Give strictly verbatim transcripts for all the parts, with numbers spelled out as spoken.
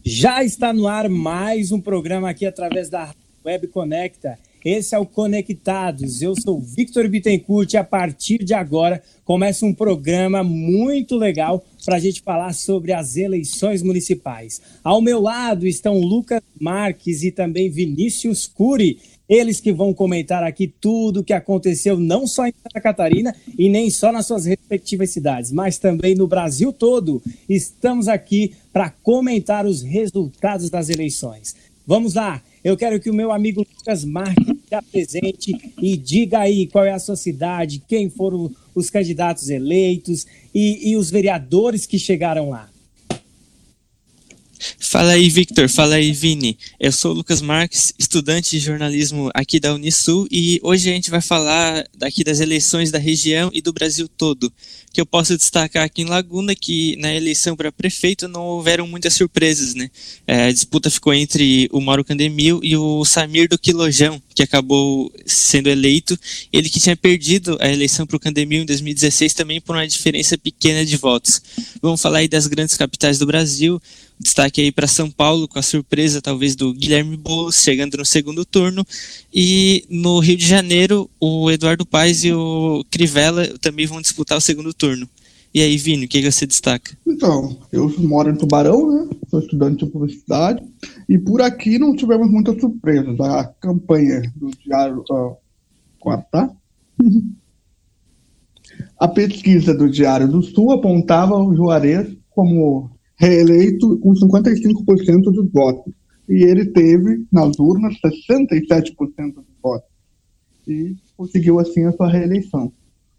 Já está no ar mais um programa aqui através da Web Conecta. Esse é o Conectados. Eu sou Victor Bittencourt e a partir de agora começa um programa muito legal para a gente falar sobre as eleições municipais. Ao meu lado estão Lucas Marques e também Vinícius Cury. Eles que vão comentar aqui tudo o que aconteceu não só em Santa Catarina e nem só nas suas respectivas cidades, mas também no Brasil todo. Estamos aqui para comentar os resultados das eleições. Vamos lá, eu quero que o meu amigo Lucas Marques se apresente e diga aí qual é a sua cidade, quem foram os candidatos eleitos e, e os vereadores que chegaram lá. Fala aí, Victor. Fala aí, Vini. Eu sou o Lucas Marques, estudante de jornalismo aqui da Unisul, e hoje a gente vai falar daqui das eleições da região e do Brasil todo. Que eu posso destacar aqui em Laguna que na eleição para prefeito não houveram muitas surpresas, né? É, a disputa ficou entre o Mauro Candemil e o Samir do Quilojão, que acabou sendo eleito. Ele que tinha perdido a eleição para o Candemil em dois mil e dezesseis também por uma diferença pequena de votos. Vamos falar aí das grandes capitais do Brasil. Destaque aí para São Paulo, com a surpresa talvez do Guilherme Boulos, chegando no segundo turno. E no Rio de Janeiro, o Eduardo Paes e o Crivella também vão disputar o segundo turno. E aí, Vini, o que você destaca? Então, eu moro em Tubarão, né? Sou estudante de publicidade. E por aqui não tivemos muitas surpresas. A campanha do Diário... Uh, quarta? A pesquisa do Diário do Sul apontava o Juarez como reeleito com cinquenta e cinco por cento dos votos. E ele teve, nas urnas, sessenta e sete por cento dos votos. E conseguiu, assim, a sua reeleição.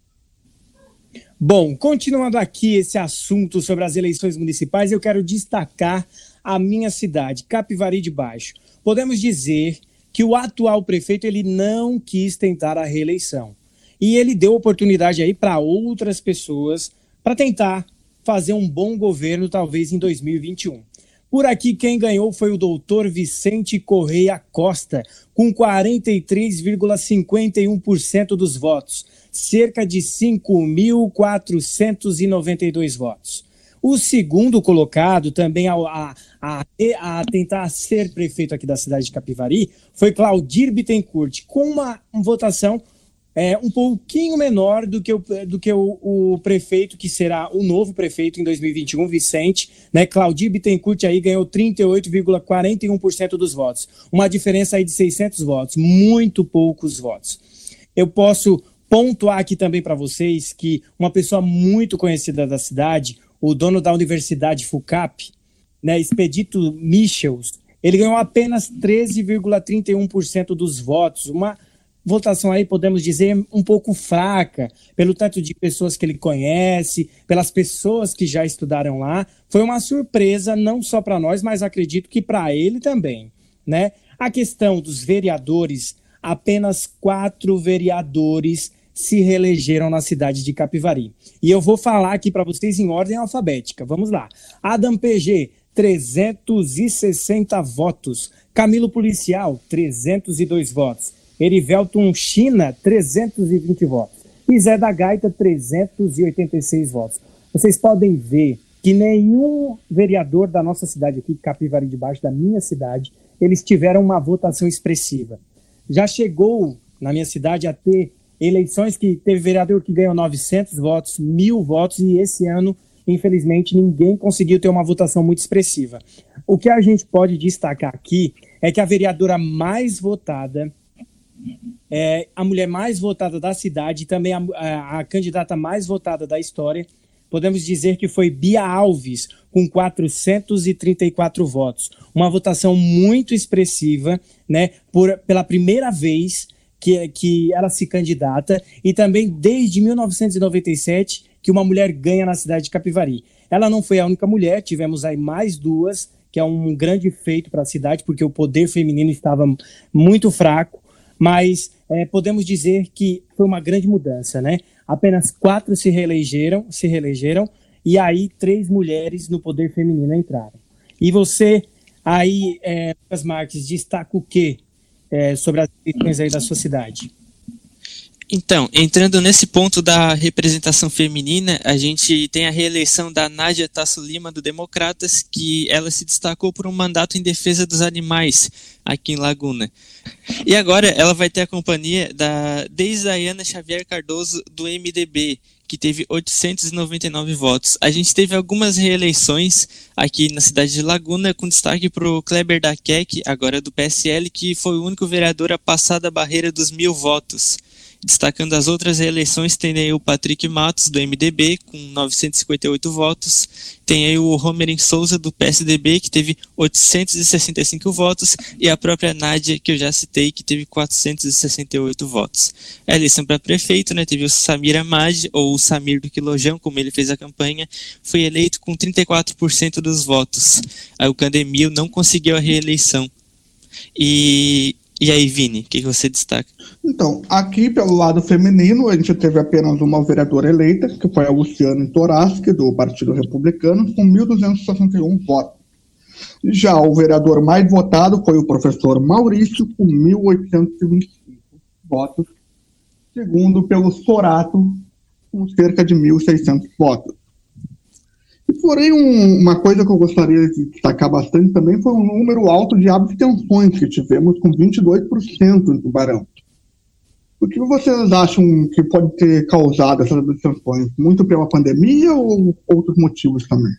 Bom, continuando aqui esse assunto sobre as eleições municipais, eu quero destacar a minha cidade, Capivari de Baixo. Podemos dizer que o atual prefeito ele não quis tentar a reeleição. E ele deu oportunidade aí para outras pessoas para tentar fazer um bom governo, talvez em dois mil e vinte e um. Por aqui, quem ganhou foi o doutor Vicente Correia Costa, com quarenta e três vírgula cinquenta e um por cento dos votos, cerca de cinco mil quatrocentos e noventa e dois votos. O segundo colocado, também a, a, a, a tentar ser prefeito aqui da cidade de Capivari, foi Claudir Bittencourt, com uma, uma votação É um pouquinho menor do que, o, do que o, o prefeito, que será o novo prefeito em dois mil e vinte e um, Vicente, né? Claudir Bittencourt aí ganhou trinta e oito vírgula quarenta e um por cento dos votos. Uma diferença aí de seiscentos votos, muito poucos votos. Eu posso pontuar aqui também para vocês que uma pessoa muito conhecida da cidade, o dono da Universidade FUCAP, né, Expedito Michels, ele ganhou apenas treze vírgula trinta e um por cento dos votos, uma votação aí, podemos dizer, um pouco fraca, pelo tanto de pessoas que ele conhece, pelas pessoas que já estudaram lá. Foi uma surpresa, não só para nós, mas acredito que para ele também, né? A questão dos vereadores, apenas quatro vereadores se reelegeram na cidade de Capivari. E eu vou falar aqui para vocês em ordem alfabética. Vamos lá. Adam P G, trezentos e sessenta votos. Camilo Policial, trezentos e dois votos. Erivelton China, trezentos e vinte votos. E Zé da Gaita, trezentos e oitenta e seis votos. Vocês podem ver que nenhum vereador da nossa cidade aqui, Capivari de Baixo, da minha cidade, eles tiveram uma votação expressiva. Já chegou na minha cidade a ter eleições que teve vereador que ganhou novecentos votos, mil votos, e esse ano, infelizmente, ninguém conseguiu ter uma votação muito expressiva. O que a gente pode destacar aqui é que a vereadora mais votada, É, a mulher mais votada da cidade e também a, a, a candidata mais votada da história, podemos dizer que foi Bia Alves, com quatrocentos e trinta e quatro votos. Uma votação muito expressiva, né, por, pela primeira vez que, que ela se candidata, e também desde mil novecentos e noventa e sete que uma mulher ganha na cidade de Capivari. Ela não foi a única mulher, tivemos aí mais duas, que é um grande feito para a cidade, porque o poder feminino estava muito fraco. Mas é, podemos dizer que foi uma grande mudança, né? Apenas quatro se reelegeram, se reelegeram, e aí três mulheres no poder feminino entraram. E você, aí, é, Lucas Marques, destaca o quê é, sobre as eleições aí da sua cidade? Então, entrando nesse ponto da representação feminina, a gente tem a reeleição da Nádia Tasso Lima, do Democratas, que ela se destacou por um mandato em defesa dos animais aqui em Laguna. E agora ela vai ter a companhia da Deisaiana Xavier Cardoso, do M D B, que teve oitocentos e noventa e nove votos. A gente teve algumas reeleições aqui na cidade de Laguna, com destaque para o Kleber Daquec, agora do P S L, que foi o único vereador a passar da barreira dos mil votos. Destacando as outras reeleições, tem aí o Patrick Matos, do M D B, com novecentos e cinquenta e oito votos. Tem aí o Romerin Souza, do P S D B, que teve oitocentos e sessenta e cinco votos. E a própria Nádia, que eu já citei, que teve quatrocentos e sessenta e oito votos. A eleição para prefeito, né, teve o Samir Amad, ou o Samir do Quilojão, como ele fez a campanha, foi eleito com trinta e quatro por cento dos votos. Aí o Candemil não conseguiu a reeleição. E... E aí, Vini, o que, que você destaca? Então, aqui pelo lado feminino, a gente teve apenas uma vereadora eleita, que foi a Luciane Toraski, do Partido Republicano, com mil duzentos e sessenta e um votos. Já o vereador mais votado foi o professor Maurício, com mil oitocentos e vinte e cinco votos, segundo pelo Sorato, com cerca de mil e seiscentos votos. Porém, um, uma coisa que eu gostaria de destacar bastante também foi o número alto de abstenções que tivemos, com vinte e dois por cento em Tubarão. O que vocês acham que pode ter causado essas abstenções? Muito pela pandemia ou outros motivos também?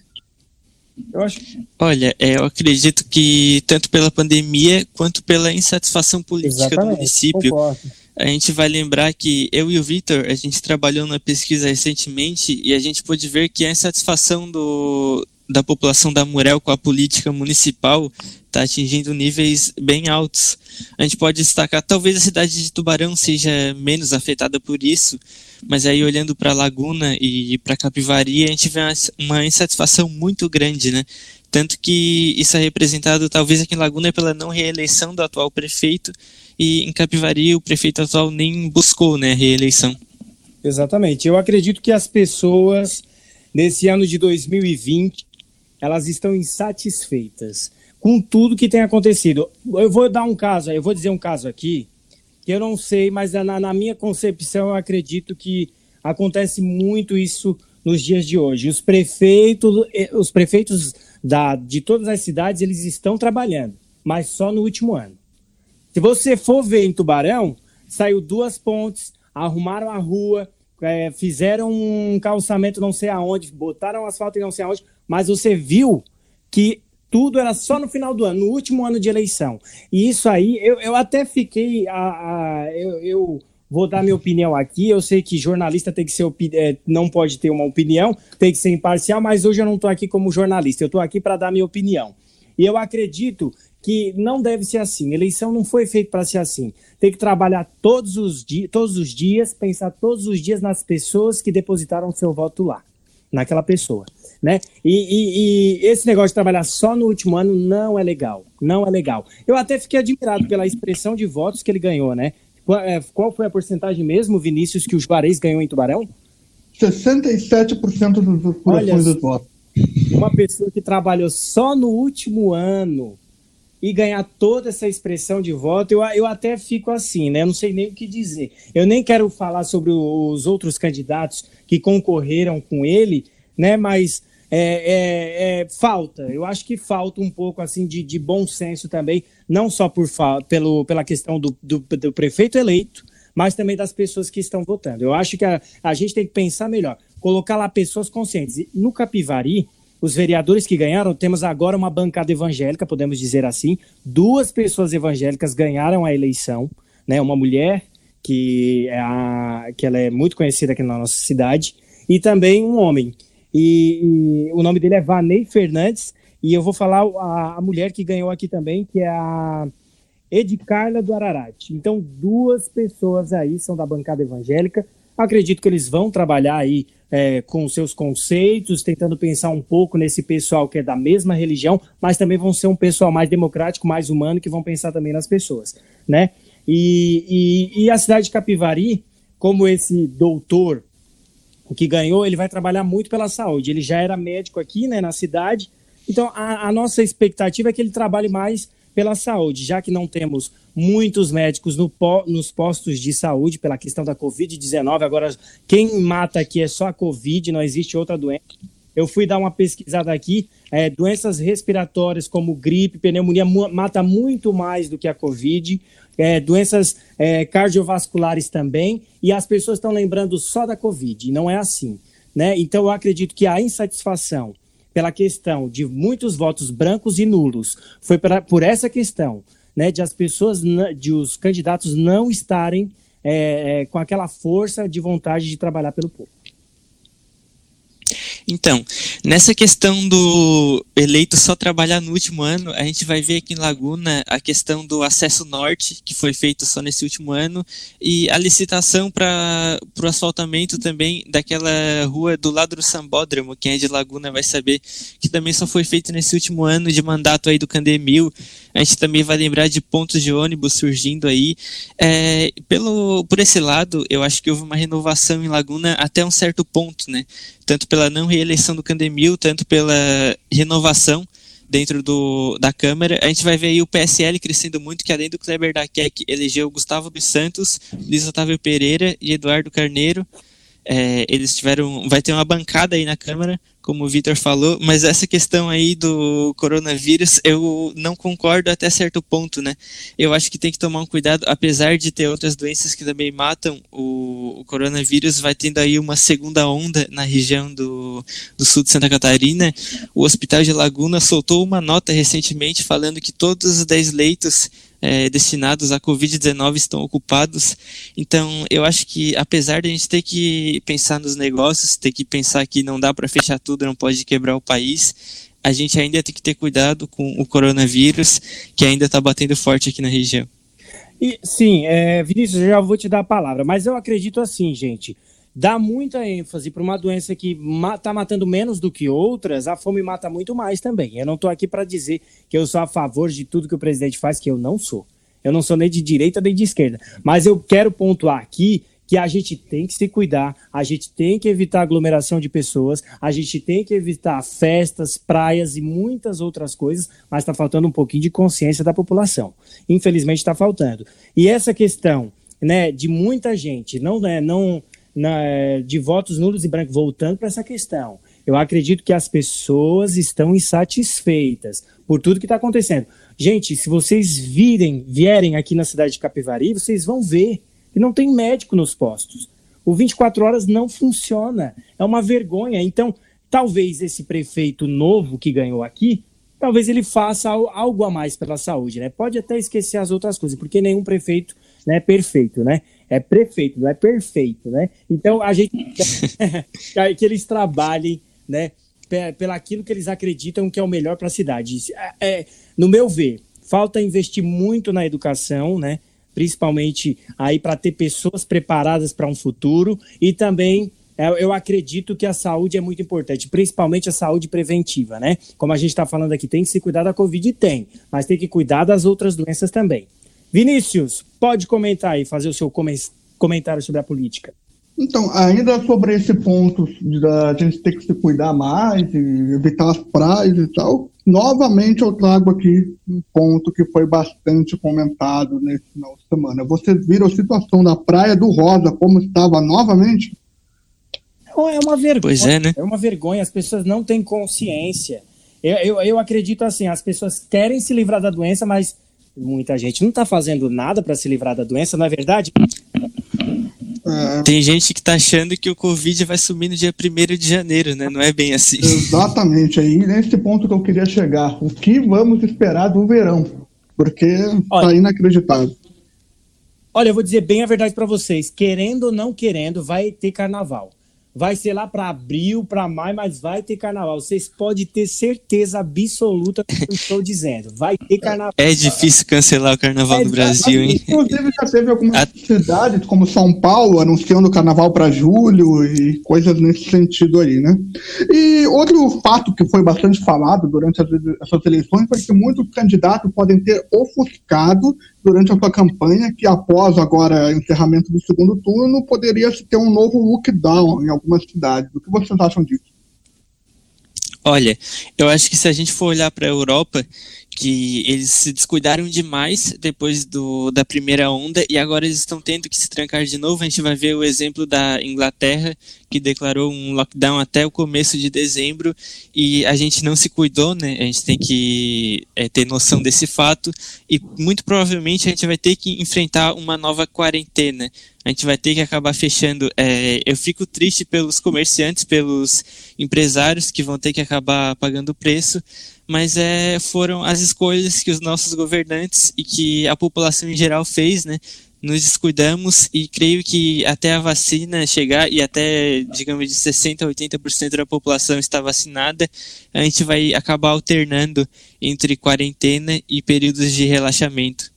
Eu acho... Olha, é, eu acredito que tanto pela pandemia quanto pela insatisfação política Exatamente, do município. concordo. A gente vai lembrar que eu e o Vitor, a gente trabalhou na pesquisa recentemente e a gente pôde ver que a insatisfação do, da população da Murel com a política municipal está atingindo níveis bem altos. A gente pode destacar, talvez a cidade de Tubarão seja menos afetada por isso, mas aí olhando para Laguna e para Capivari, a gente vê uma, uma insatisfação muito grande, né? Tanto que isso é representado talvez aqui em Laguna pela não reeleição do atual prefeito, e em Capivari o prefeito atual nem buscou, né, a reeleição. Exatamente. Eu acredito que as pessoas, nesse ano de dois mil e vinte, elas estão insatisfeitas com tudo que tem acontecido. Eu vou dar um caso, eu vou dizer um caso aqui, que eu não sei, mas na, na minha concepção eu acredito que acontece muito isso nos dias de hoje. Os prefeitos, os prefeitos da, de todas as cidades, eles estão trabalhando, mas só no último ano. Se você for ver em Tubarão, saiu duas pontes, arrumaram a rua, é, fizeram um calçamento não sei aonde, botaram asfalto em não sei aonde, mas você viu que tudo era só no final do ano, no último ano de eleição. E isso aí, eu, eu até fiquei, a, a, eu, eu vou dar minha opinião aqui, eu sei que jornalista tem que ser, é, não pode ter uma opinião, tem que ser imparcial, mas hoje eu não estou aqui como jornalista, eu estou aqui para dar minha opinião. E eu acredito que não deve ser assim. Eleição não foi feita para ser assim. Tem que trabalhar todos os, di- todos os dias, pensar todos os dias nas pessoas que depositaram seu voto lá, naquela pessoa, né? E, e, e esse negócio de trabalhar só no último ano não é legal. Não é legal. Eu até fiquei admirado pela expressão de votos que ele ganhou, né? Qual, é, qual foi a porcentagem mesmo, Vinícius, que o Juarez ganhou em Tubarão? sessenta e sete por cento dos, Olha, dos votos. Uma pessoa que trabalhou só no último ano e ganhar toda essa expressão de voto, eu, eu até fico assim, né? Eu não sei nem o que dizer. Eu nem quero falar sobre os outros candidatos que concorreram com ele, né? Mas é, é, é, falta, eu acho que falta um pouco assim de, de bom senso também, não só por, pelo, pela questão do, do, do prefeito eleito, mas também das pessoas que estão votando. Eu acho que a, a gente tem que pensar melhor, colocar lá pessoas conscientes. E no Capivari, os vereadores que ganharam, temos agora uma bancada evangélica, podemos dizer assim. Duas pessoas evangélicas ganharam a eleição, né? Uma mulher, que, é a, que ela é muito conhecida aqui na nossa cidade, e também um homem. E, e o nome dele é Vanei Fernandes, e eu vou falar a, a mulher que ganhou aqui também, que é a Edicarla do Ararate. Então, duas pessoas aí são da bancada evangélica. Acredito que eles vão trabalhar aí é, com seus conceitos, tentando pensar um pouco nesse pessoal que é da mesma religião, mas também vão ser um pessoal mais democrático, mais humano, que vão pensar também nas pessoas, né? E, e, e a cidade de Capivari, como esse doutor que ganhou, ele vai trabalhar muito pela saúde. Ele já era médico aqui, né, na cidade, então a, a nossa expectativa é que ele trabalhe mais pela saúde, já que não temos muitos médicos no po- nos postos de saúde pela questão da covid dezenove. Agora, quem mata aqui é só a Covid, não existe outra doença. Eu fui dar uma pesquisada aqui, é, doenças respiratórias como gripe, pneumonia, mu- mata muito mais do que a Covid, é, doenças é, cardiovasculares também, e as pessoas estão lembrando só da Covid, e não é assim, né? Então, eu acredito que a insatisfação pela questão de muitos votos brancos e nulos foi pra, por essa questão, né, de as pessoas, de os candidatos não estarem é, é, com aquela força de vontade de trabalhar pelo povo. Então, nessa questão do eleito só trabalhar no último ano, a gente vai ver aqui em Laguna a questão do acesso norte, que foi feito só nesse último ano, e a licitação para o asfaltamento também daquela rua do lado do Sambódromo. Quem é de Laguna vai saber que também só foi feito nesse último ano de mandato aí do Candemil. A gente também vai lembrar de pontos de ônibus surgindo aí. É, pelo, por esse lado, eu acho que houve uma renovação em Laguna até um certo ponto, né? Tanto pela não reeleição do Candemil, tanto pela renovação dentro do, da Câmara. A gente vai ver aí o P S L crescendo muito, que além do Kleber Daquec, elegeu Gustavo dos Santos, Luiz Otávio Pereira e Eduardo Carneiro. É, eles tiveram, vai ter uma bancada aí na Câmara, como o Vitor falou, mas essa questão aí do coronavírus, eu não concordo até certo ponto, né? Eu acho que tem que tomar um cuidado, apesar de ter outras doenças que também matam, o, o coronavírus vai tendo aí uma segunda onda na região do, do sul de Santa Catarina. O Hospital de Laguna soltou uma nota recentemente falando que todos os dez leitos É, destinados à covid dezenove estão ocupados. Então eu acho que, apesar de a gente ter que pensar nos negócios, ter que pensar que não dá para fechar tudo, não pode quebrar o país, a gente ainda tem que ter cuidado com o coronavírus, que ainda está batendo forte aqui na região. E, sim, é, Vinícius, eu já vou te dar a palavra, mas eu acredito assim, gente, dá muita ênfase para uma doença que está matando menos do que outras, a fome mata muito mais também. Eu não estou aqui para dizer que eu sou a favor de tudo que o presidente faz, que eu não sou. Eu não sou nem de direita nem de esquerda. Mas eu quero pontuar aqui que a gente tem que se cuidar, a gente tem que evitar aglomeração de pessoas, a gente tem que evitar festas, praias e muitas outras coisas, mas está faltando um pouquinho de consciência da população. Infelizmente está faltando. E essa questão, né, de muita gente, não, né, não Na, de votos nulos e brancos, voltando para essa questão, eu acredito que as pessoas estão insatisfeitas por tudo que está acontecendo. Gente, se vocês virem, vierem aqui na cidade de Capivari, vocês vão ver que não tem médico nos postos. O vinte e quatro horas não funciona, é uma vergonha. Então, talvez esse prefeito novo que ganhou aqui, talvez ele faça algo a mais pela saúde, né? Pode até esquecer as outras coisas, porque nenhum prefeito, né, é perfeito, né? É prefeito, não é perfeito, né? Então, a gente quer que eles trabalhem, né, pelaquilo que eles acreditam que é o melhor para a cidade. É, no meu ver, falta investir muito na educação, né? Principalmente aí para ter pessoas preparadas para um futuro, e também eu acredito que a saúde é muito importante, principalmente a saúde preventiva, né? Como a gente está falando aqui, tem que se cuidar da Covid, tem, mas tem que cuidar das outras doenças também. Vinícius, pode comentar aí, fazer o seu comentário sobre a política. Então, ainda sobre esse ponto de a gente ter que se cuidar mais e evitar as praias e tal, novamente eu trago aqui um ponto que foi bastante comentado nesse final de semana. Vocês viram a situação da Praia do Rosa, como estava novamente? É uma vergonha, pois é, né? É uma vergonha, as pessoas não têm consciência. Eu, eu, eu acredito assim, as pessoas querem se livrar da doença, mas muita gente não está fazendo nada para se livrar da doença, não é verdade? É... Tem gente que está achando que o Covid vai sumir no dia primeiro de janeiro, né? Não é bem assim. Exatamente, aí nesse ponto que eu queria chegar. O que vamos esperar do verão? Porque está inacreditável. Olha, eu vou dizer bem a verdade para vocês. Querendo ou não querendo, vai ter carnaval. Vai ser lá para abril, para maio, mas vai ter carnaval. Vocês podem ter certeza absoluta do que eu estou dizendo. Vai ter carnaval. É difícil cancelar o carnaval é, do Brasil, hein? Inclusive já teve algumas A... cidades, como São Paulo, anunciando o carnaval para julho e coisas nesse sentido aí, né? E outro fato que foi bastante falado durante as, essas eleições foi que muitos candidatos podem ter ofuscado durante a sua campanha, que após agora o encerramento do segundo turno, poderia ter um novo lockdown em algumas cidades. O que vocês acham disso? Olha, eu acho que se a gente for olhar para a Europa, que eles se descuidaram demais depois do, da primeira onda e agora eles estão tendo que se trancar de novo. A gente vai ver o exemplo da Inglaterra, que declarou um lockdown até o começo de dezembro e a gente não se cuidou, né? A gente tem que é, ter noção desse fato e muito provavelmente a gente vai ter que enfrentar uma nova quarentena. A gente vai ter que acabar fechando. É, eu fico triste pelos comerciantes, pelos empresários que vão ter que acabar pagando o preço, mas é, foram as escolhas que os nossos governantes e que a população em geral fez, né? Nos descuidamos e creio que até a vacina chegar e até, digamos, de sessenta por cento a oitenta por cento da população estar vacinada, a gente vai acabar alternando entre quarentena e períodos de relaxamento.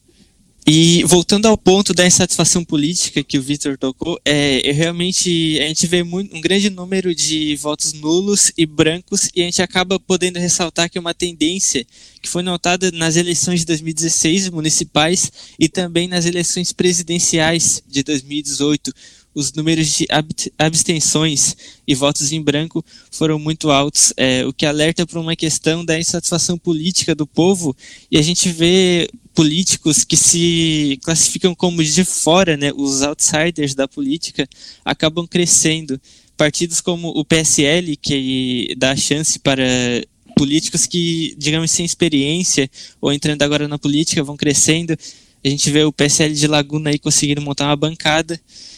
E voltando ao ponto da insatisfação política que o Vitor tocou, é, eu realmente, a gente vê muito, um grande número de votos nulos e brancos e a gente acaba podendo ressaltar que é uma tendência que foi notada nas eleições de dois mil e dezesseis municipais e também nas eleições presidenciais de dois mil e dezoito. Os números de abstenções e votos em branco foram muito altos, é, o que alerta para uma questão da insatisfação política do povo, e a gente vê políticos que se classificam como de fora, né, os outsiders da política, acabam crescendo. Partidos como o P S L, que dá chance para políticos que, digamos, sem experiência ou entrando agora na política, vão crescendo. A gente vê o P S L de Laguna aí conseguindo montar uma bancada.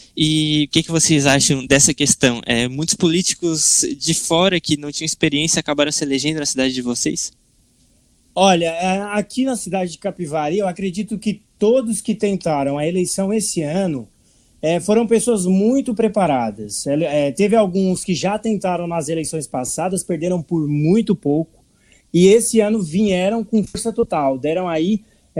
E o que, que vocês acham dessa questão? É, muitos políticos de fora que não tinham experiência acabaram se elegendo na cidade de vocês? Olha, aqui na cidade de Capivari, eu acredito que todos que tentaram a eleição esse ano é, foram pessoas muito preparadas. É, teve alguns que já tentaram nas eleições passadas, perderam por muito pouco, e esse ano vieram com força total, deram aí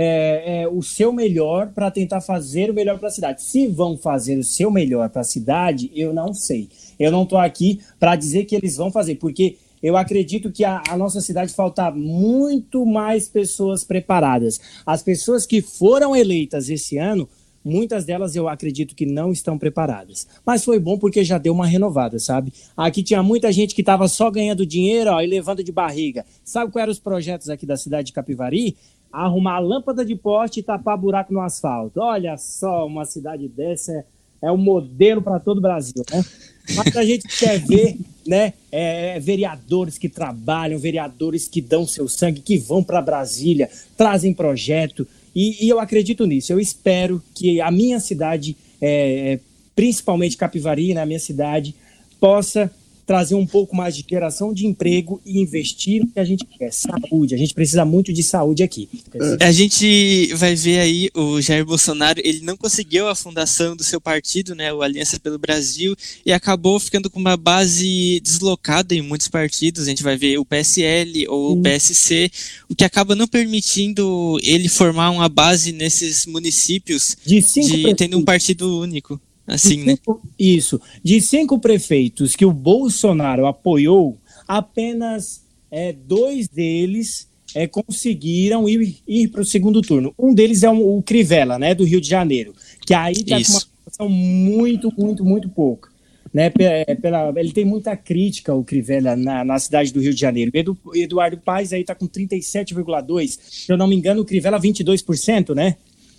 É, é, o seu melhor para tentar fazer o melhor para a cidade. Se vão fazer o seu melhor para a cidade, eu não sei. Eu não estou aqui para dizer que eles vão fazer, porque eu acredito que a, a nossa cidade falta muito mais pessoas preparadas. As pessoas que foram eleitas esse ano, muitas delas eu acredito que não estão preparadas. Mas foi bom porque já deu uma renovada, sabe? Aqui tinha muita gente que estava só ganhando dinheiro, ó, e levando de barriga. Sabe quais eram os projetos aqui da cidade de Capivari? Arrumar lâmpada de poste e tapar buraco no asfalto. Olha só, uma cidade dessa é, é um modelo para todo o Brasil, né? Mas a gente quer ver, né, é, vereadores que trabalham, vereadores que dão seu sangue, que vão para Brasília, trazem projeto, e, e eu acredito nisso. Eu espero que a minha cidade, é, principalmente Capivari, na minha cidade, possa trazer um pouco mais de geração de emprego e investir no que a gente quer, saúde. A gente precisa muito de saúde aqui. A gente vai ver aí o Jair Bolsonaro, ele não conseguiu a fundação do seu partido, né, o Aliança pelo Brasil, e acabou ficando com uma base deslocada em muitos partidos. A gente vai ver o P S L ou o P S C, o que acaba não permitindo ele formar uma base nesses municípios de, cinco de tendo um partido único. Assim, de cinco, né? Isso. De cinco prefeitos que o Bolsonaro apoiou, apenas é, dois deles é, conseguiram ir, ir para o segundo turno. Um deles é um, o Crivella, né, do Rio de Janeiro, que aí está com uma situação muito, muito, muito pouca. Né, pela, ele tem muita crítica, o Crivella, na, na cidade do Rio de Janeiro. Edu, Eduardo Paes aí está com trinta e sete vírgula dois por cento. Se eu não me engano, o Crivella vinte e dois por cento, né?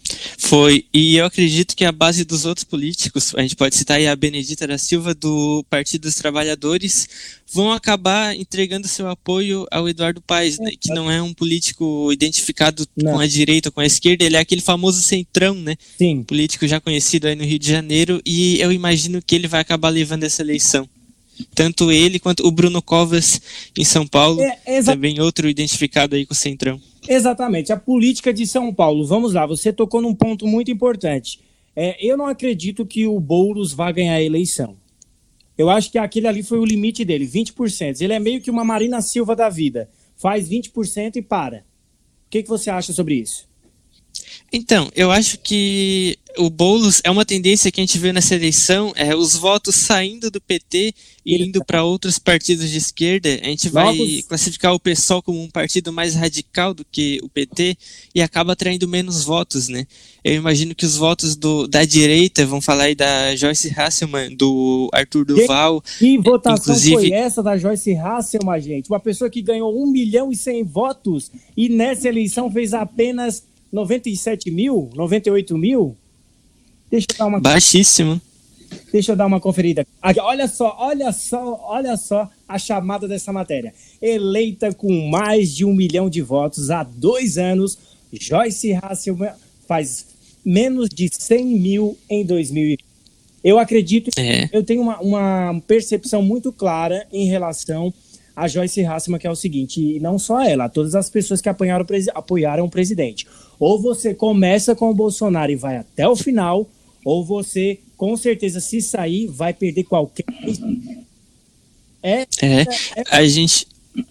Foi, e eu acredito que a base dos outros políticos, a gente pode citar aí a Benedita da Silva, do Partido dos Trabalhadores, vão acabar entregando seu apoio ao Eduardo Paes, né, que não é um político identificado não. com a direita ou com a esquerda, ele é aquele famoso centrão, né? Sim. Político já conhecido aí no Rio de Janeiro, e eu imagino que ele vai acabar levando essa eleição. Tanto ele quanto o Bruno Covas em São Paulo, é, também outro identificado aí com o centrão. Exatamente, a política de São Paulo. Vamos lá, você tocou num ponto muito importante. É, eu não acredito que o Boulos vá ganhar a eleição. Eu acho que aquele ali foi o limite dele, vinte por cento. Ele é meio que uma Marina Silva da vida. Faz vinte por cento e para. O que, que você acha sobre isso? Então, eu acho que o Boulos é uma tendência que a gente vê nessa eleição, é os votos saindo do P T e indo para outros partidos de esquerda. A gente vai Novos. classificar o PSOL como um partido mais radical do que o P T e acaba atraindo menos votos, né? Eu imagino que os votos do, da direita, vão falar aí da Joyce Hasselmann, do Arthur Duval. Que votação inclusive... foi essa da Joyce Hasselmann, gente? Uma pessoa que ganhou um milhão e cem votos e nessa eleição fez apenas noventa e sete mil, noventa e oito mil? Deixa eu dar uma Baixíssimo. Deixa eu dar uma conferida. Aqui, olha só, olha só, olha só a chamada dessa matéria. Eleita com mais de um milhão de votos há dois anos, Joyce Hasselmann faz menos de cem mil em dois mil e vinte. Eu acredito, É. eu tenho uma, uma percepção muito clara em relação a Joyce Hasselmann, que é o seguinte, e não só ela, todas as pessoas que apoiaram, apoiaram o presidente. Ou você começa com o Bolsonaro e vai até o final, ou você, com certeza, se sair, vai perder qualquer... É, É, é... a gente...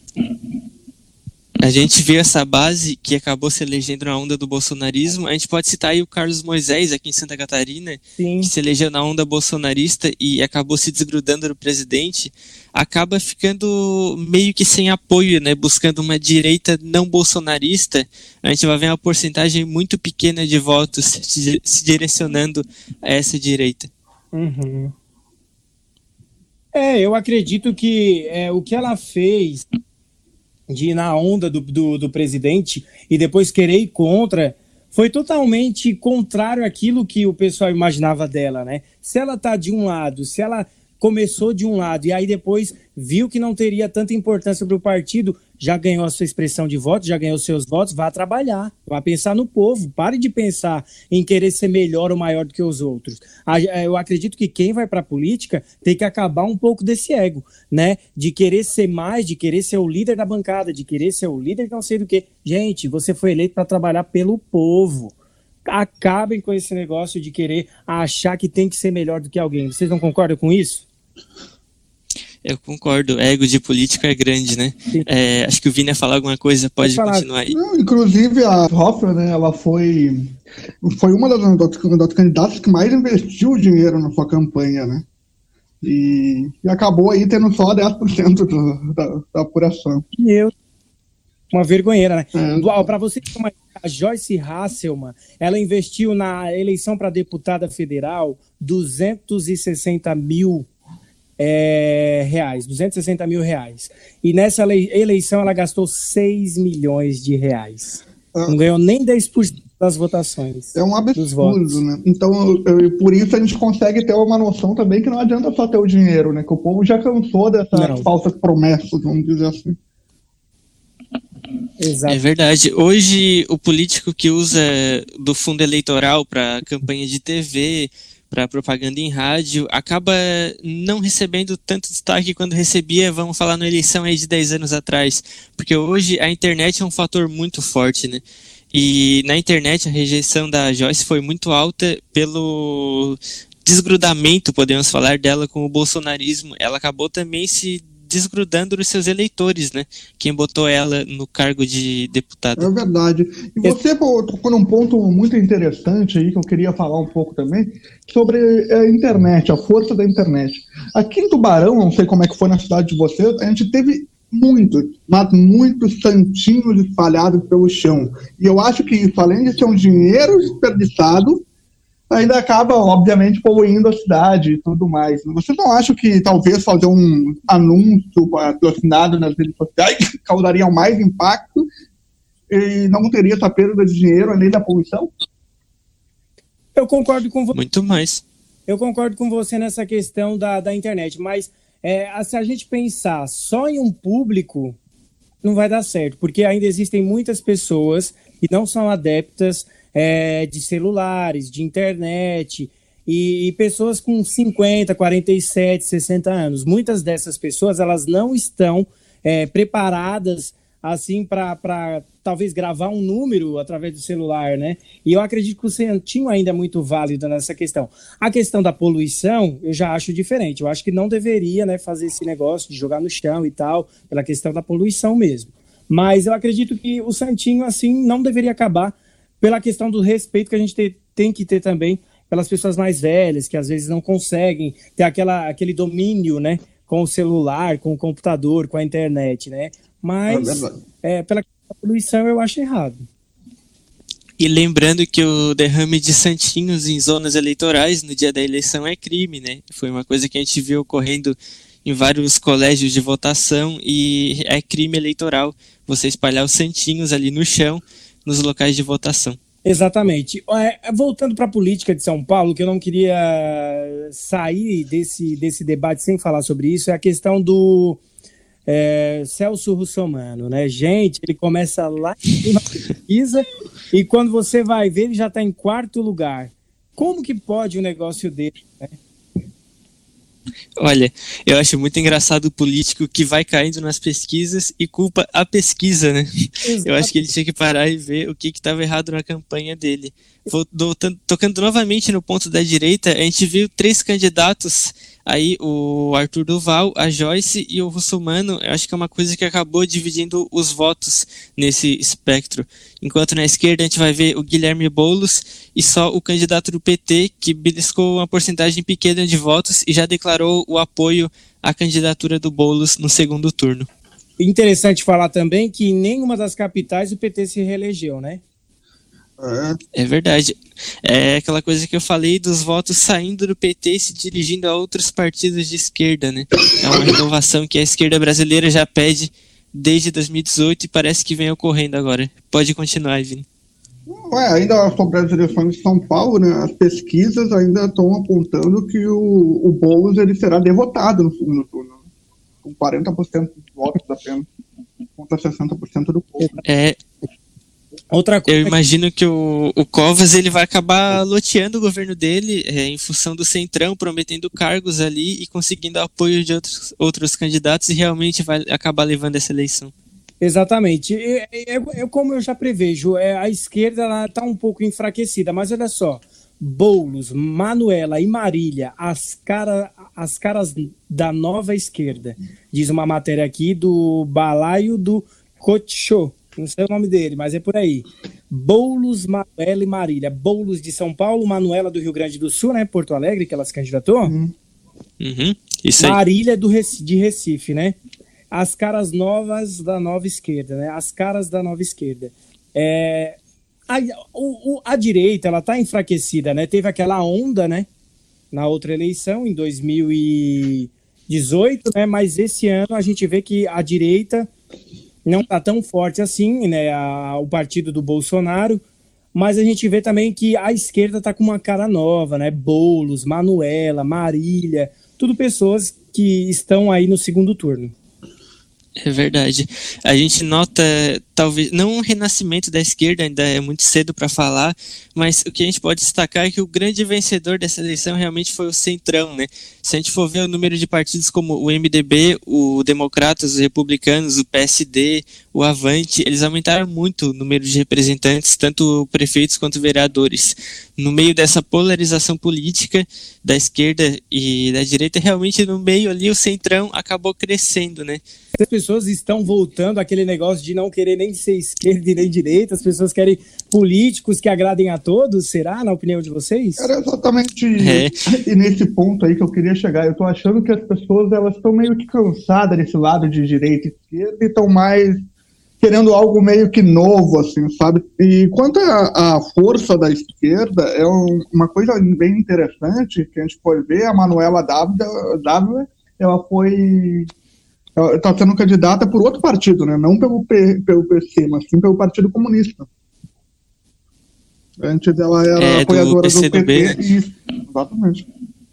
A gente vê essa base que acabou se elegendo na onda do bolsonarismo. A gente pode citar aí o Carlos Moisés, aqui em Santa Catarina, Sim. que se elegeu na onda bolsonarista e acabou se desgrudando do presidente, acaba ficando meio que sem apoio, né? Buscando uma direita não bolsonarista. A gente vai ver uma porcentagem muito pequena de votos se, se direcionando a essa direita. Uhum. É, eu acredito que é, o que ela fez de ir na onda do, do, do presidente e depois querer ir contra, foi totalmente contrário àquilo que o pessoal imaginava dela, né? Se ela tá de um lado, se ela começou de um lado e aí depois viu que não teria tanta importância para o partido, já ganhou a sua expressão de voto, já ganhou seus votos, vá trabalhar, vá pensar no povo, pare de pensar em querer ser melhor ou maior do que os outros. Eu acredito que quem vai para a política tem que acabar um pouco desse ego, né? De querer ser mais, de querer ser o líder da bancada, de querer ser o líder não sei do que. Gente, você foi eleito para trabalhar pelo povo. Acabem com esse negócio de querer achar que tem que ser melhor do que alguém. Vocês não concordam com isso? Eu concordo, ego de político é grande, né? É, acho que o Vini ia falar alguma coisa, pode, pode continuar aí. Não, inclusive a Hoffmann, né, ela foi, foi uma das, das, das candidatas que mais investiu dinheiro na sua campanha, né? E, e acabou aí tendo só dez por cento do, da, da apuração. Meu, uma vergonheira, né? É. Para você ter uma a Joyce Hasselmann, ela investiu na eleição para deputada federal duzentos e sessenta mil É, reais, duzentos e sessenta mil reais. E nessa eleição ela gastou seis milhões de reais. Ah, não ganhou nem dez por cento das votações. É um absurdo, né? Então, eu, por isso a gente consegue ter uma noção também que não adianta só ter o dinheiro, né? Que o povo já cansou dessas não. falsas promessas, vamos dizer assim. Exato. É verdade. Hoje, o político que usa do fundo eleitoral para campanha de T V, para propaganda em rádio, acaba não recebendo tanto destaque quando recebia, vamos falar, na eleição aí de dez anos atrás, porque hoje a internet é um fator muito forte, né? E na internet a rejeição da Joyce foi muito alta pelo desgrudamento, podemos falar, dela com o bolsonarismo. Ela acabou também se desgrudando dos seus eleitores, né? Quem botou ela no cargo de deputada. É verdade. E você tocou num ponto muito interessante aí, que eu queria falar um pouco também, sobre a internet, a força da internet. Aqui em Tubarão, não sei como é que foi na cidade de vocês, a gente teve muitos, mas muitos santinhos espalhados pelo chão. E eu acho que isso, além de ser um dinheiro desperdiçado, ainda acaba, obviamente, poluindo a cidade e tudo mais. Vocês não acham que talvez fazer um anúncio patrocinado nas redes sociais causaria mais impacto e não teria essa perda de dinheiro além da poluição? Eu concordo com você. Muito mais. Eu concordo com você nessa questão da, da internet, mas é, se a gente pensar só em um público, não vai dar certo, porque ainda existem muitas pessoas que não são adeptas É, de celulares, de internet, e, e pessoas com cinquenta, quarenta e sete, sessenta anos. Muitas dessas pessoas, elas não estão é, preparadas assim para talvez gravar um número através do celular, né? E eu acredito que o santinho ainda é muito válido nessa questão. A questão da poluição, eu já acho diferente. Eu acho que não deveria, né, fazer esse negócio de jogar no chão e tal, pela questão da poluição mesmo. Mas eu acredito que o santinho, assim, não deveria acabar pela questão do respeito que a gente te, tem que ter também pelas pessoas mais velhas, que às vezes não conseguem ter aquela, aquele domínio, né, com o celular, com o computador, com a internet, né? Mas é, pela poluição eu acho errado. E lembrando que o derrame de santinhos em zonas eleitorais no dia da eleição é crime, né? Foi uma coisa que a gente viu ocorrendo em vários colégios de votação e é crime eleitoral você espalhar os santinhos ali no chão nos locais de votação. Exatamente. É, voltando para a política de São Paulo, que eu não queria sair desse, desse debate sem falar sobre isso, é a questão do é, Celso Russomano, né? Gente, ele começa lá na pesquisa e quando você vai ver, ele já está em quarto lugar. Como que pode um negócio dele, né? Olha, eu acho muito engraçado o político que vai caindo nas pesquisas e culpa a pesquisa, né? Exato. Eu acho que ele tinha que parar e ver o que estava errado na campanha dele. Voltando, tocando novamente no ponto da direita, a gente viu três candidatos aí, o Arthur Duval, a Joyce e o Russomano. Eu acho que é uma coisa que acabou dividindo os votos nesse espectro. Enquanto na esquerda a gente vai ver o Guilherme Boulos e só o candidato do P T, que beliscou uma porcentagem pequena de votos e já declarou o apoio à candidatura do Boulos no segundo turno. Interessante falar também que em nenhuma das capitais o P T se reelegeu, né? É verdade. É aquela coisa que eu falei dos votos saindo do P T e se dirigindo a outros partidos de esquerda, né? É uma renovação que a esquerda brasileira já pede desde dois mil e dezoito e parece que vem ocorrendo agora. Pode continuar, Vini. Ué, ainda sobre as eleições de São Paulo, né, as pesquisas ainda estão apontando que o, o Boulos ele será derrotado no segundo turno, com quarenta por cento dos votos apenas, contra sessenta por cento do povo. É... Outra coisa... Eu imagino que o, o Covas ele vai acabar loteando o governo dele é, em função do Centrão, prometendo cargos ali e conseguindo apoio de outros, outros candidatos e realmente vai acabar levando essa eleição. Exatamente. É, é, é como eu já prevejo, é, a esquerda está um pouco enfraquecida, mas olha só, Boulos, Manuela e Marília, as, cara, as caras da nova esquerda, diz uma matéria aqui do Balaio do Cotichô. Não sei o nome dele, mas é por aí. Boulos, Manuela e Marília. Boulos de São Paulo, Manuela do Rio Grande do Sul, né? Porto Alegre, que ela se candidatou. Uhum. Uhum. Isso aí. Marília do Rec- de Recife, né? As caras novas da nova esquerda, né? As caras da nova esquerda. É... A, o, o, a direita, ela tá enfraquecida, né? Teve aquela onda, né? Na outra eleição, em dois mil e dezoito, né? Mas esse ano a gente vê que a direita não está tão forte assim, né, a, o partido do Bolsonaro, mas a gente vê também que a esquerda está com uma cara nova, né, Boulos, Manuela, Marília, tudo pessoas que estão aí no segundo turno. É verdade. A gente nota, talvez, não um renascimento da esquerda, ainda é muito cedo para falar, mas o que a gente pode destacar é que o grande vencedor dessa eleição realmente foi o Centrão, né? Se a gente for ver o número de partidos como o M D B, o Democratas, os Republicanos, o P S D, o Avante, eles aumentaram muito o número de representantes, tanto prefeitos quanto vereadores. No meio dessa polarização política da esquerda e da direita, realmente no meio ali o Centrão acabou crescendo, né? As pessoas estão voltando àquele negócio de não querer nem ser esquerda e nem direita, as pessoas querem políticos que agradem a todos, será, na opinião de vocês? Era exatamente é. E nesse ponto aí que eu queria chegar. Eu tô achando que as pessoas elas estão meio que cansadas desse lado de direita e esquerda e estão mais querendo algo meio que novo, assim, sabe? E quanto à força da esquerda, é um, uma coisa bem interessante que a gente pode ver, a Manuela Dávila, ela foi... Ela está sendo candidata por outro partido, né? Não pelo, P, pelo P C, mas sim pelo Partido Comunista. Antes ela era é, apoiadora do, do P T. Né? Isso, exatamente.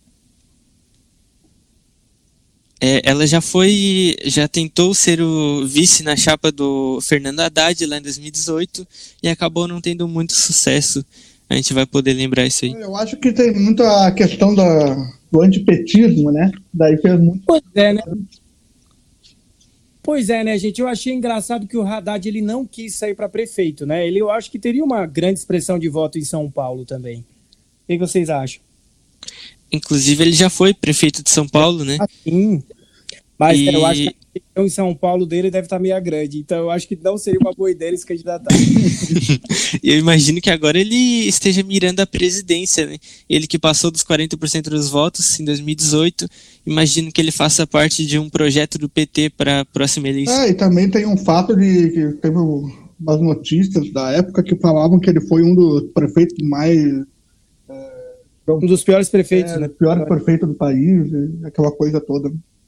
É, ela já foi, já tentou ser o vice na chapa do Fernando Haddad lá em dois mil e dezoito e acabou não tendo muito sucesso. A gente vai poder lembrar isso aí. Eu acho que tem muito a questão da, do antipetismo, né? Daí fez muito... Pois é, né? Pois é, né, gente? Eu achei engraçado que o Haddad ele não quis sair para prefeito, né? Ele, eu acho que teria uma grande expressão de voto em São Paulo também. O que vocês acham? Inclusive, ele já foi prefeito de São Paulo, né? Ah, sim. Mas E- é, eu acho que a eleição em São Paulo dele deve estar meio grande, então eu acho que não seria uma boa ideia ele se candidatar. Eu imagino que agora ele esteja mirando a presidência, né? Ele que passou dos quarenta por cento dos votos em dois mil e dezoito, imagino que ele faça parte de um projeto do P T para a próxima eleição. É, e também tem um fato de que teve umas notícias da época que falavam que ele foi um dos prefeitos mais Um dos piores prefeitos, é, né? piores prefeitos do país, aquela coisa toda.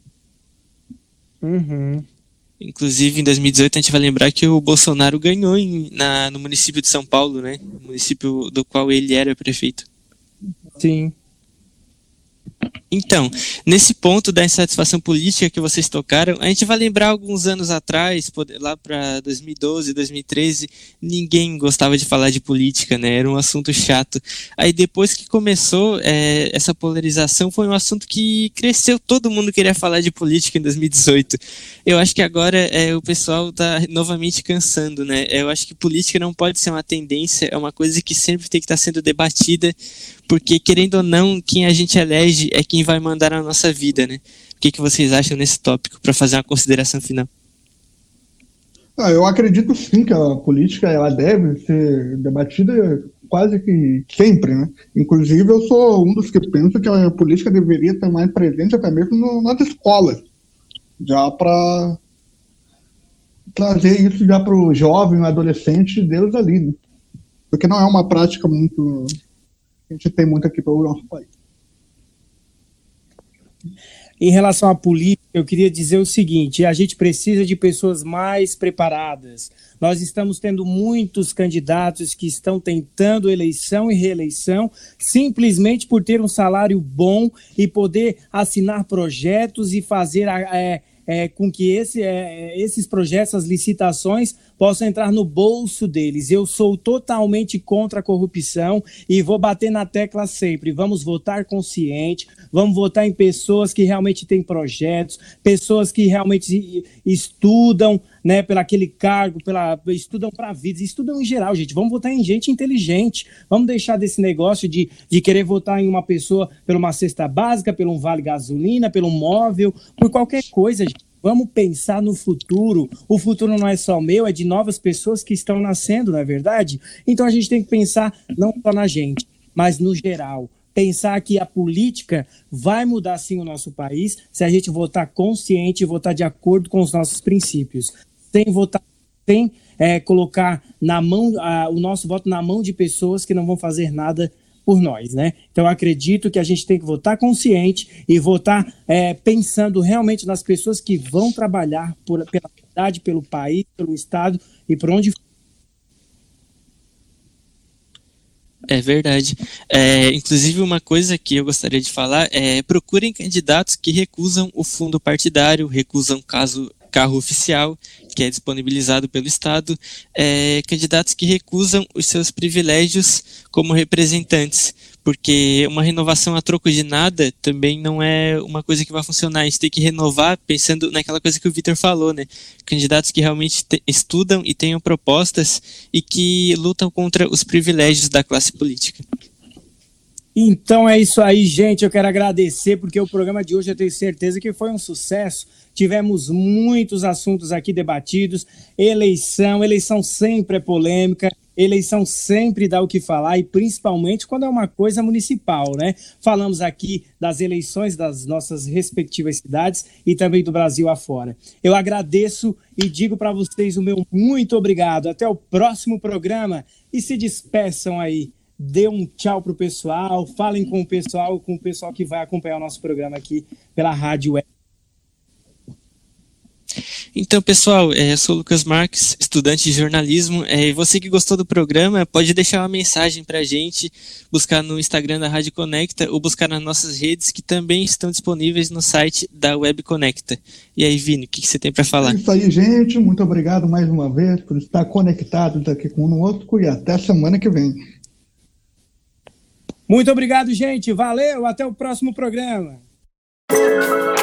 Uhum. Inclusive, em dois mil e dezoito, a gente vai lembrar que o Bolsonaro ganhou em- na- no município de São Paulo, né? Município do qual ele era prefeito. Sim. Então, nesse ponto da insatisfação política que vocês tocaram, a gente vai lembrar alguns anos atrás, pode- lá para dois mil e doze, dois mil e treze, ninguém gostava de falar de política, né? Era um assunto chato. Aí depois que começou é, essa polarização, foi um assunto que cresceu, todo mundo queria falar de política em dois mil e dezoito. Eu acho que agora é, o pessoal está novamente cansando, né? Eu acho que política não pode ser uma tendência, é uma coisa que sempre tem que estar sendo debatida, porque, querendo ou não, quem a gente elege é quem vai mandar na nossa vida, né? O que, que vocês acham nesse tópico, para fazer uma consideração final? Ah, eu acredito sim que a política ela deve ser debatida quase que sempre, né? Inclusive, eu sou um dos que pensa que a política deveria estar mais presente até mesmo no, nas escolas, já para trazer isso já para o jovem, o adolescente deles ali, né? Porque não é uma prática muito que a gente tem muito aqui pelo nosso país. Em relação à política, eu queria dizer o seguinte: a gente precisa de pessoas mais preparadas. Nós estamos tendo muitos candidatos que estão tentando eleição e reeleição simplesmente por ter um salário bom e poder assinar projetos e fazer é, é, com que esse, é, esses projetos, as licitações, possam entrar no bolso deles. Eu sou totalmente contra a corrupção e vou bater na tecla sempre. Vamos votar consciente, vamos votar em pessoas que realmente têm projetos, pessoas que realmente estudam, né, pelo aquele cargo, pela, estudam para a vida, estudam em geral, gente. Vamos votar em gente inteligente. Vamos deixar desse negócio de, de querer votar em uma pessoa por uma cesta básica, por um vale gasolina, pelo móvel, por qualquer coisa, gente. Vamos pensar no futuro. O futuro não é só meu, é de novas pessoas que estão nascendo, não é verdade? Então a gente tem que pensar não só na gente, mas no geral. Pensar que a política vai mudar sim o nosso país se a gente votar consciente e votar de acordo com os nossos princípios. Sem votar, sem é, colocar na mão, a, o nosso voto na mão de pessoas que não vão fazer nada por nós, né? Então, eu acredito que a gente tem que votar consciente e votar é, pensando realmente nas pessoas que vão trabalhar por, pela cidade, pelo país, pelo estado e por onde for. É verdade. É, inclusive, uma coisa que eu gostaria de falar é: procurem candidatos que recusam o fundo partidário, recusam caso carro oficial, que é disponibilizado pelo Estado, é, candidatos que recusam os seus privilégios como representantes, porque uma renovação a troco de nada também não é uma coisa que vai funcionar. A gente tem que renovar pensando naquela coisa que o Vitor falou, né? Candidatos que realmente te- estudam e tenham propostas e que lutam contra os privilégios da classe política. Então é isso aí, gente. Eu quero agradecer porque o programa de hoje eu tenho certeza que foi um sucesso. Tivemos muitos assuntos aqui debatidos. Eleição, eleição sempre é polêmica. Eleição sempre dá o que falar, e principalmente quando é uma coisa municipal, né? Falamos aqui das eleições das nossas respectivas cidades e também do Brasil afora. Eu agradeço e digo para vocês o meu muito obrigado. Até o próximo programa e se despeçam aí. Dê um tchau pro pessoal, falem com o pessoal, com o pessoal que vai acompanhar o nosso programa aqui pela Rádio Web. Então, pessoal, é, eu sou o Lucas Marques, estudante de jornalismo. É, você que gostou do programa, pode deixar uma mensagem para a gente, buscar no Instagram da Rádio Conecta ou buscar nas nossas redes, que também estão disponíveis no site da Web Conecta. E aí, Vini, o que, que você tem para falar? É isso aí, gente. Muito obrigado mais uma vez por estar conectados aqui conosco e até semana que vem. Muito obrigado, gente. Valeu. Até o próximo programa.